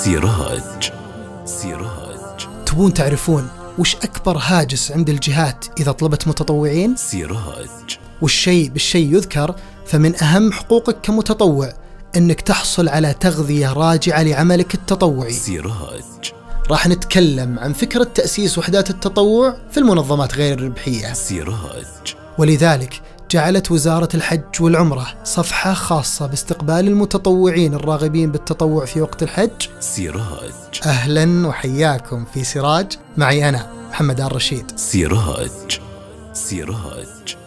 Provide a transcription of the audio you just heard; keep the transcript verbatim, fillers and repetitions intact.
سراج سراج تبون تعرفون وش أكبر هاجس عند الجهات إذا طلبت متطوعين؟ سراج والشيء بالشيء يذكر، فمن أهم حقوقك كمتطوع أنك تحصل على تغذية راجعة لعملك التطوعي. سراج راح نتكلم عن فكرة تأسيس وحدات التطوع في المنظمات غير الربحية، سراج ولذلك جعلت وزارة الحج والعمرة صفحة خاصة باستقبال المتطوعين الراغبين بالتطوع في وقت الحج. سراج أهلا وحياكم في سراج، معي أنا محمد آل رشيد. سراج سراج